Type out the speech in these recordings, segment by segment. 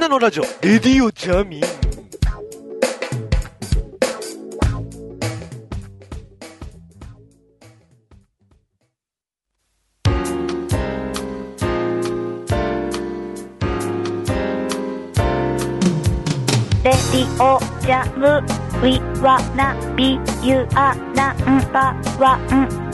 魚のラジオレディオジャミン。 レディオジャム We wanna be you are No.1。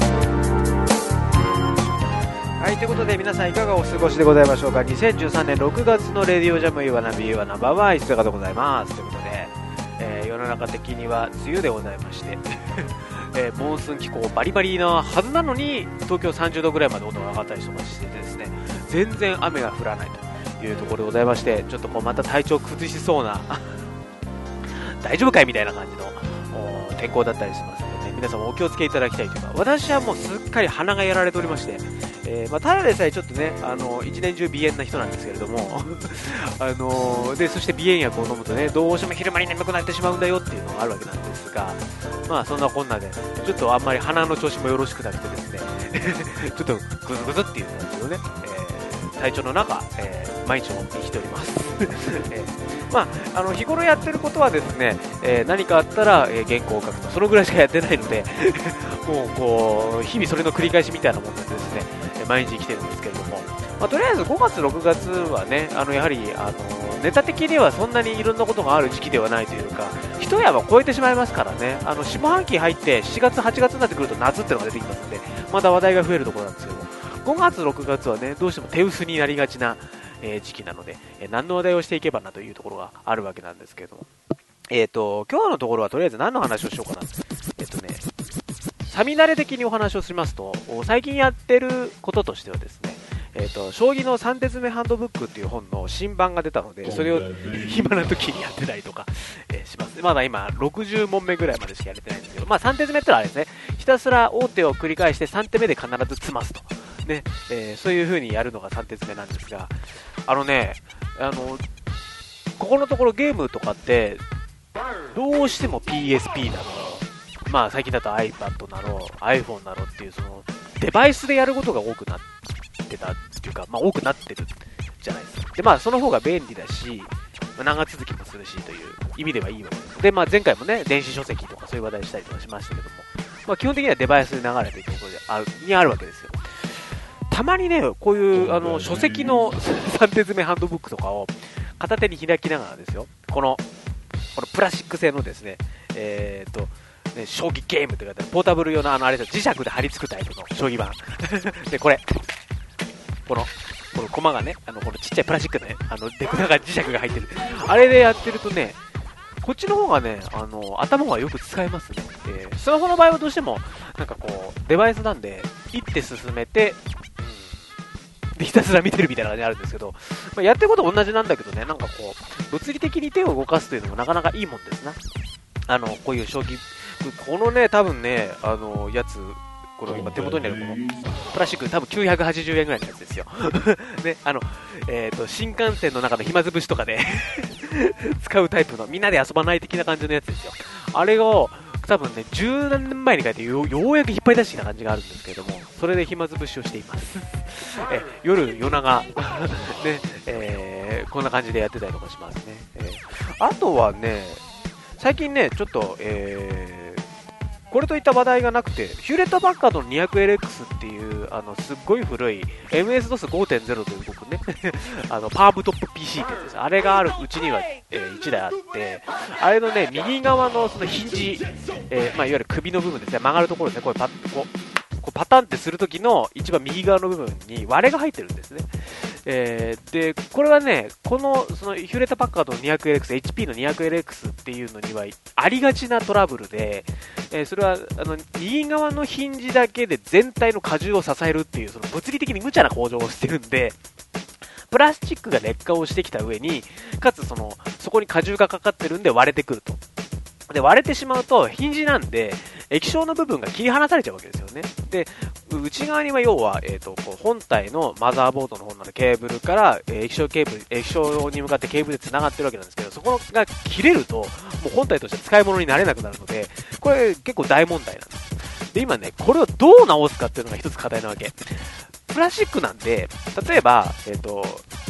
はい、ということで皆さんいかがお過ごしでございましょうか。2013年6月のレディオジャム You wanna be you are No.1 石坂でございます。ということで、世の中的には梅雨でございまして、モンスーン気候バリバリなはずなのに東京30度ぐらいまで温度が上がったりしてましてですね、全然雨が降らないというところでございまして、ちょっとこうまた体調崩しそうな大丈夫かいみたいな感じの天候だったりしますので、ね、皆さんもお気をつけいただきたいというか、私はもうすっかり鼻がやられておりまして、ただでさえちょっとね、一年中鼻炎な人なんですけれどもでそして鼻炎薬を飲むとね、どうしても昼間に眠くなってしまうんだよっていうのがあるわけなんですが、まあそんなこんなでちょっとあんまり鼻の調子もよろしくなくてですねちょっとグズグズっていう感じのね、体調の中、毎日を生きておりますまあ、日頃やってることはですね、何かあったら、原稿を書くと、そのぐらいしかやってないのでもうこう日々それの繰り返しみたいなもんでですね、毎日生きてるんですけれども、まあ、とりあえず5月6月はね、やはりネタ的にはそんなにいろんなことがある時期ではないというか、一山超えてしまいますからね。下半期入って7月8月になってくると夏っていうのが出てきますので、まだ話題が増えるところなんですけども、5月6月はね、どうしても手薄になりがちな時期なので、何の話題をしていけばなというところがあるわけなんですけれども、今日のところはとりあえず何の話をしようかな。サミ慣れ的にお話をしますと、最近やってることとしてはですね、将棋の3手詰めハンドブックっていう本の新版が出たので、それを暇な時にやってたりとか、します。まだ今60問目ぐらいまでしかやれてないんですけど、まあ3手詰めってのはあれですね、ひたすら王手を繰り返して3手目で必ず詰ますと。ね、そういう風にやるのが3手詰めなんですが、ここのところゲームとかってどうしても PSP なの、まあ最近だと iPad なの iPhone なのっていうそのデバイスでやることが多くなってたっていうか、まあ多くなってるじゃないですか。でまあその方が便利だし、長続きもするしという意味ではいいわけです。でまあ前回もね、電子書籍とかそういう話題したりとかしましたけども、まあ基本的にはデバイスで流れているところにあるわけですよ。たまにね、こういう書籍の3手詰めハンドブックとかを片手に開きながらですよ、このプラスチック製のですね、将棋ゲームというか、ポータブル用のあれですよ、磁石で貼り付くタイプの将棋盤で、この駒がね、このちっちゃいプラスチックのね、デクナが磁石が入ってる、あれでやってるとね、こっちの方がね、頭がよく使えますね。スマホの場合はどうしてもなんかこうデバイスなんで一手進めて、でひたすら見てるみたいな感じになるんですけど、まあ、やってること同じなんだけどね、なんかこう物理的に手を動かすというのもなかなかいいもんですな。こういう将棋、このね、多分ね、やつ、この今手元にあるこのプラスチック、多分980円ぐらいのやつですよね、新幹線の中の暇つぶしとかで使うタイプのみんなで遊ばない的な感じのやつですよ。あれを多分ね、10何年前に書いてようやく引っ張り出してきた感じがあるんですけれども、それで暇つぶしをしています夜長ね、こんな感じでやってたりとかしますね。あとはね、最近ね、ちょっと、これといった話題がなくて、ヒューレット・パッカードの 200LX っていうすっごい古い MS-DOS5.0 という僕ねパームトップ PC ってやつです。あれがあるうちには、1台あって、あれのね、右側のそのヒンジ、まあ、いわゆる首の部分ですね、曲がるところですね、こうパタンってするときの一番右側の部分に割れが入ってるんですね。でこれはね、そのヒューレット・パッカードの 200LX、HP の 200LX っていうのにはありがちなトラブルで、それは右側のヒンジだけで全体の荷重を支えるっていう、その物理的に無茶な構造をしてるんで、プラスチックが劣化をしてきた上に、かつそこに荷重がかかってるんで割れてくると。で割れてしまうとヒンジなんで液晶の部分が切り離されちゃうわけですよね。で内側には要は、こう本体のマザーボードの方のケーブルから液晶に向かってケーブルで繋がってるわけなんですけど、そこが切れるともう本体として使い物になれなくなるので、これ結構大問題なんです。で今ね、これをどう直すかっていうのが一つ課題なわけ。プラスチックなんで、例えば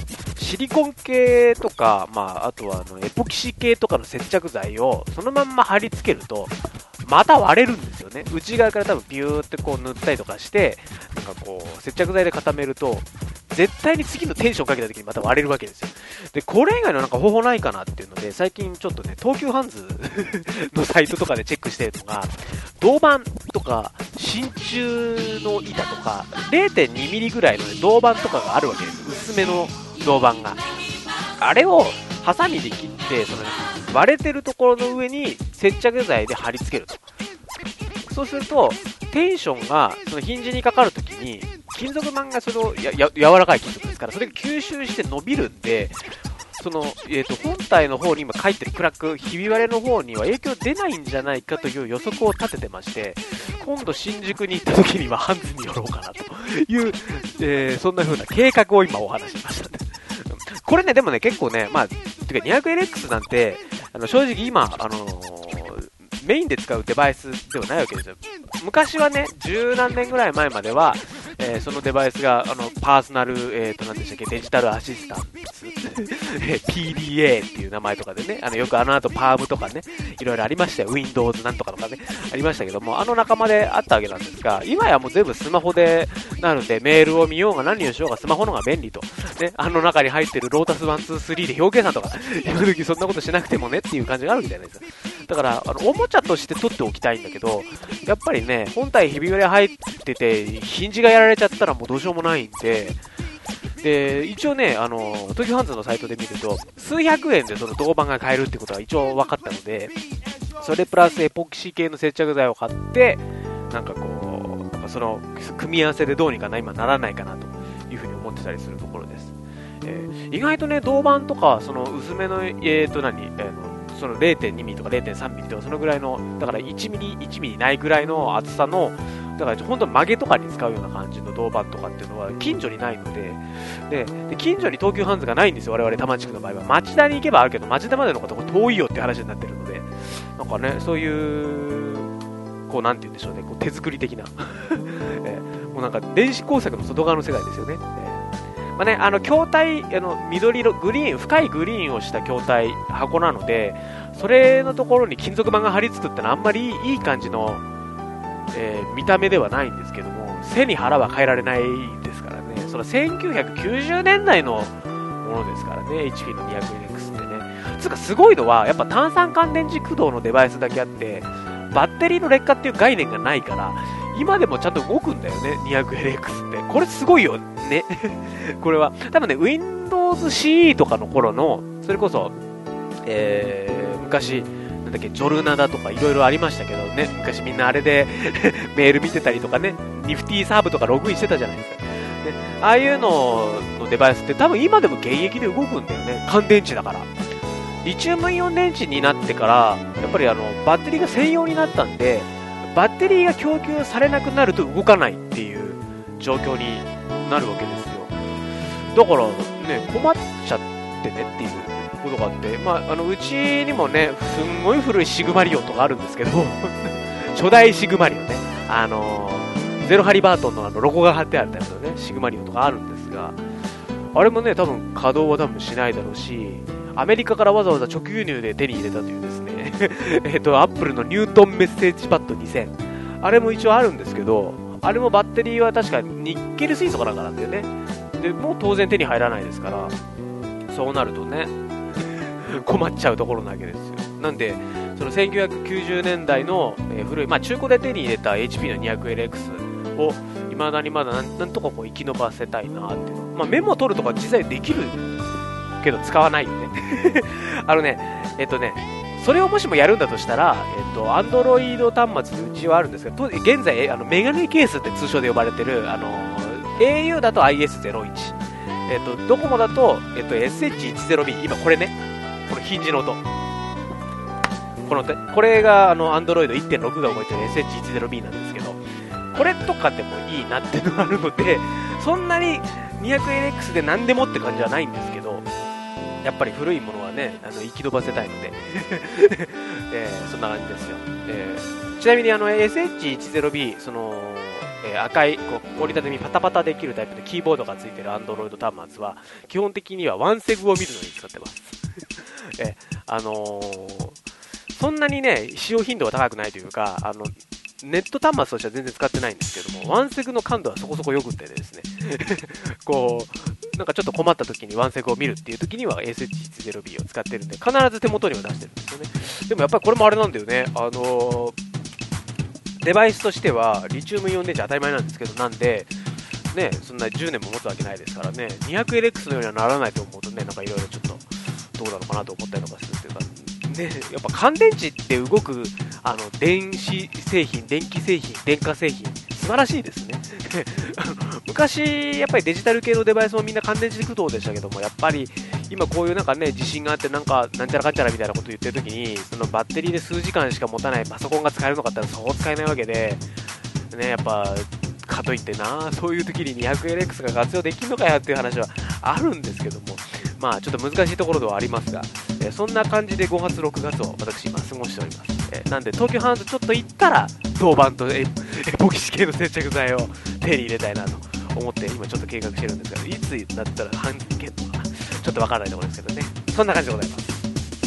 シリコン系とか、あとはエポキシ系とかの接着剤をそのまんま貼り付けると、また割れるんですよね。内側から多分ビューってこう塗ったりとかして、なんかこう、接着剤で固めると、絶対に次のテンションかけた時にまた割れるわけですよ。で、これ以外のなんか方法ないかなっていうので、最近ちょっとね、東急ハンズのサイトとかでチェックしてるのが、銅板とか、真鍮の板とか、0.2 ミリぐらいの、ね、銅板とかがあるわけです。薄めの銅板が。あれをハサミで切って、その割れてるところの上に接着剤で貼り付けると。そうすると、テンションがそのヒンジにかかるときに、金属板がその柔らかい金属ですから、それが吸収して伸びるんで、その、本体の方に今書いてるクラック、ひび割れの方には影響出ないんじゃないかという予測を立ててまして、今度新宿に行った時にはハンズに寄ろうかなという、そんな風な計画を今お話ししましたね。これね、でもね、結構ね、てか 200LX なんて、正直今、メインで使うデバイスではないわけですよ。昔はね、十何年ぐらい前までは、そのデバイスが、パーソナル、何でしたっけ、デジタルアシスタントPDA っていう名前とかでね、よく後パームとかね、いろいろありましたよ。Windows なんとかとかね、ありましたけども、仲間であったわけなんですが、今やもう全部スマホでなるんで、メールを見ようが何をしようがスマホの方が便利と。ね、中に入ってるロータス1、2、3で表計算とか、今時そんなことしなくてもねっていう感じがあるみたいなんですよ。だから、おもちゃとして取っておきたいんだけど、やっぱりね、本体ひび割れ入ってて、ヒンジがやられちゃったらもうどうしようもないんで、で、一応ね、東急ハンズのサイトで見ると、数百円でその銅板が買えるってことは一応分かったので、それプラスエポキシ系の接着剤を買って、なんかこう、その組み合わせでどうにか今ならないかなというふうに思ってたりするところです。意外とね、銅板とか、その薄めの、その 0.2 ミリとか 0.3 ミリとかそのぐらいの、だから1ミリ、1ミリないぐらいの厚さの、だから本当に曲げとかに使うような感じの銅板とかっていうのは近所にないので、で近所に東急ハンズがないんですよ、我々多摩地区の場合は。町田に行けばあるけど、町田までのことが遠いよっていう話になってるので、なんかね、そういう、こうなんて言うんでしょうね、こう手作り的な、もうなんか電子工作の外側の世界ですよね。筐体、緑色、グリーン、深いグリーンをした筐体、箱なので、それのところに金属板が貼り付くってのはあんまりいい感じの、見た目ではないんですけども、背に腹は変えられないですからね。その1990年代のものですからね、HP の 200NX ってね。つうかすごいのは、やっぱ単三乾電池駆動のデバイスだけあって、バッテリーの劣化っていう概念がないから、今でもちゃんと動くんだよね、200LX って。これすごいよね。これは、多分ね、Windows CE とかの頃の、それこそ、昔、なんだっけ、ジョルナダとかいろいろありましたけどね、昔みんなあれでメール見てたりとかね、ニフティサーブとかログインしてたじゃないですか。ね、ああいうののデバイスって多分今でも現役で動くんだよね、乾電池だから。リチウムイオン電池になってから、やっぱりバッテリーが専用になったんで、バッテリーが供給されなくなると動かないっていう状況になるわけですよ。だからね、困っちゃってねっていうことがあって、うちにもね、すんごい古いシグマリオンとかあるんですけど、初代シグマリオンね、ゼロハリバートンのロゴが貼ってあるタイプのね、シグマリオンとかあるんですが、あれもね、多分稼働は多分しないだろうし、アメリカからわざわざ直輸入で手に入れたというですね、アップルのニュートンメッセージパッド2000。あれも一応あるんですけど、あれもバッテリーは確かニッケル水素かなんかなんだよね。で、もう当然手に入らないですから、そうなるとね、困っちゃうところなわけですよ。なんで、その1990年代の、古い、中古で手に入れた HP の 200LX を、未だにまだなんとかこう生き延ばせたいなっていうの。メモ取るとか実際できるけど使わないよね。それをもしもやるんだとしたら、Android 端末でうちはあるんですけど、現在、メガネケースって通称で呼ばれてる、au だと IS01、ドコモだと、SH10B、今これね、このヒンジの音。これが、Android 1.6 が動いてる SH10B なんですけど、これとかでもいいなっていうのがあるので、そんなに 200LX で何でもって感じはないんですけど、やっぱり古いものはね、生き延ばせたいので、そんな感じですよ。ちなみにSH10B、 赤いこう折りたたみパタパタできるタイプでキーボードがついてる Android 端末は基本的にはワンセグを見るのに使ってますそんなにね使用頻度が高くないというかネット端末としては全然使ってないんですけども、ワンセグの感度はそこそこ良くてですねこうなんかちょっと困った時にワンセグを見るっていう時には SH10B を使ってるんで、必ず手元には出してるんですよね。でもやっぱりこれもあれなんだよね、デバイスとしてはリチウムイオン電池当たり前なんですけど、なんでね、そんな10年も持つわけないですからね、200LX のようにはならないと思うとね、なんかいろいろちょっとどうなのかなと思ったりとかするっていうかね、やっぱ乾電池って動く電子製品、電気製品、電化製品、素晴らしいですね昔やっぱりデジタル系のデバイスもみんな乾電池駆動でしたけども、やっぱり今こういうなんかね地震があってなんちゃらかんちゃらみたいなことを言ってる時に、そのバッテリーで数時間しか持たないパソコンが使えるのかってそう使えないわけでね、やっぱかといってな、そういう時に 200LX が活用できるのかよっていう話はあるんですけども、まあちょっと難しいところではありますが、そんな感じで5月6月を私今過ごしております。なんで東急ハンズちょっと行ったら銅板とエポキシ系の接着剤を手に入れたいなと思って今ちょっと計画してるんですが、いつだったら半券とかちょっとわからないところですけどね、そんな感じでございます。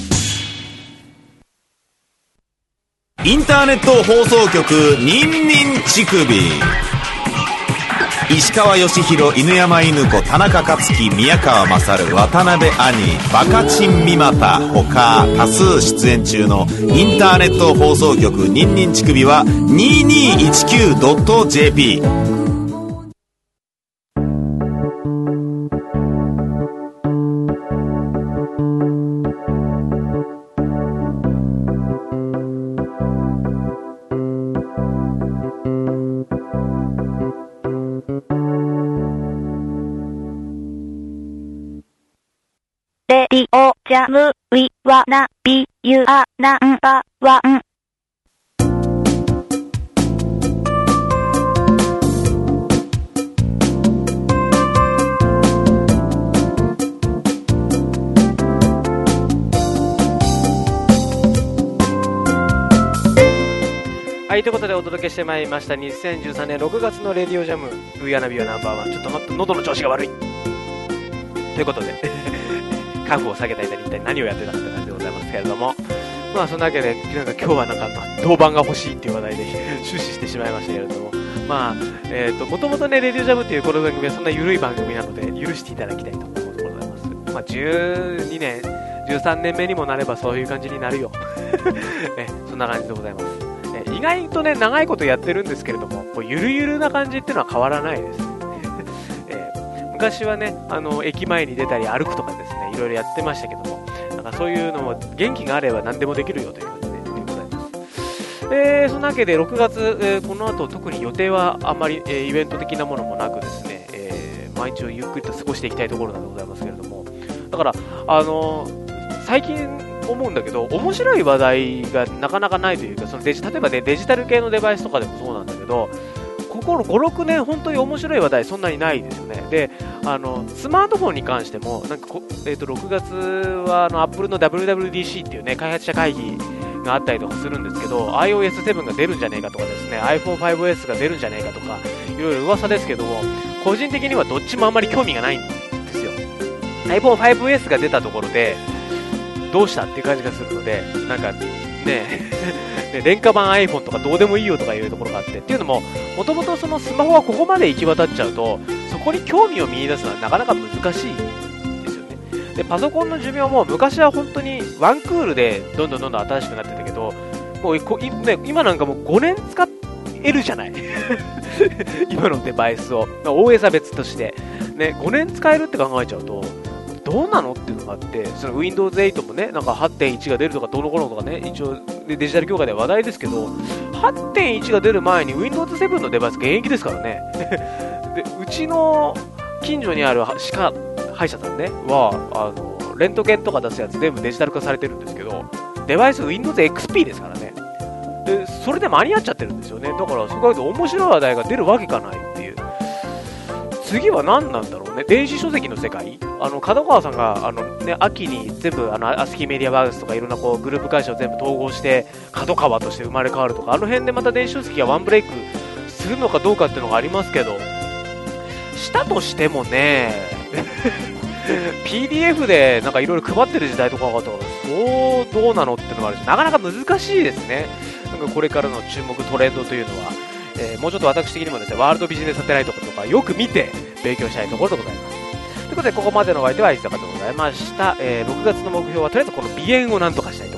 インターネット放送局ニンニン乳首、石川義弘、犬山犬子、田中克樹、宮川勝、渡辺兄、バカチン三股他多数出演中のインターネット放送局ニンニン乳首は 2219.jp。 レディオジャムウィワナビユアナンバーワン。 はい、ということでお届けしてまいりました2013年6月のレディオジャムウィアナビューナンバーワン。ちょっと喉の調子が悪いということでカフを下げた間に一体何をやってたかって感じでございますけれども、まあそんなわけでなんか今日はなんか銅板が欲しいっていう話題で終始してしまいましたけれども、まあもともとねレディオジャムっていうこの番組はそんな緩い番組なので許していただきたいと思うところでございます。まあ12年13年目にもなればそういう感じになるよそんな感じでございます。意外とね長いことやってるんですけれども、こうゆるゆるな感じっていうのは変わらないです昔はね駅前に出たり歩くとかですね、いろいろやってましたけども、なんかそういうのも元気があれば何でもできるよという感じでございます。そんなわけで6月、この後特に予定はあんまり、イベント的なものもなくですね、毎日をゆっくりと過ごしていきたいところなんでございますけれども、だから最近思うんだけど面白い話題がなかなかないというか、その例えばねデジタル系のデバイスとかでもそうなんだけど、ここの 5,6 年本当に面白い話題そんなにないですよね。でスマートフォンに関してもなんか6月はアップルの WWDC っていうね開発者会議があったりとかするんですけど、 iOS7 が出るんじゃねえかとかですね iPhone5S が出るんじゃねえかとかいろいろ噂ですけども、個人的にはどっちもあんまり興味がないんですよ。 iPhone5S が出たところでどうしたっていう感じがするので、なんかね廉価版 iPhone とかどうでもいいよとかいうところがあって、っていうのももともとそのスマホがここまで行き渡っちゃうとそこに興味を見出すのはなかなか難しいですよね。でパソコンの寿命も昔は本当にワンクールでどんどん新しくなってたけど、もう今なんかもう5年使えるじゃない今のデバイスを OS は別として、ね、5年使えるって考えちゃうとどうなのっていうのがあって、その Windows 8もねなんか 8.1 が出るとかどうのこうのとかね、一応デジタル業界では話題ですけど、 8.1 が出る前に Windows 7のデバイス現役ですからねでうちの近所にある歯医者さんねはレントゲンとか出すやつ全部デジタル化されてるんですけど、デバイス Windows XP ですからね。でそれで間に合っちゃってるんですよね。だからそこで面白い話題が出るわけがないっていう。次は何なんだろうね。電子書籍の世界、角川さんが秋に全部アスキーメディアバースとかいろんなこうグループ会社を全部統合して角川として生まれ変わるとか、あの辺でまた電子書籍がワンブレイクすするのかどうかっていうのがありますけど、したとしてもね、PDF でなんかいろいろ配ってる時代とかがあったから、そうどうなのっていうのもあるし、なかなか難しいですね。なんかこれからの注目トレンドというのは、もうちょっと私的にもですね、ワールドビジネスサテライトとかよく見て勉強したいところでございます。ということで、ここまでのお相手は石坂でございました。6月の目標はとりあえずこの鼻炎をなんとかしたいと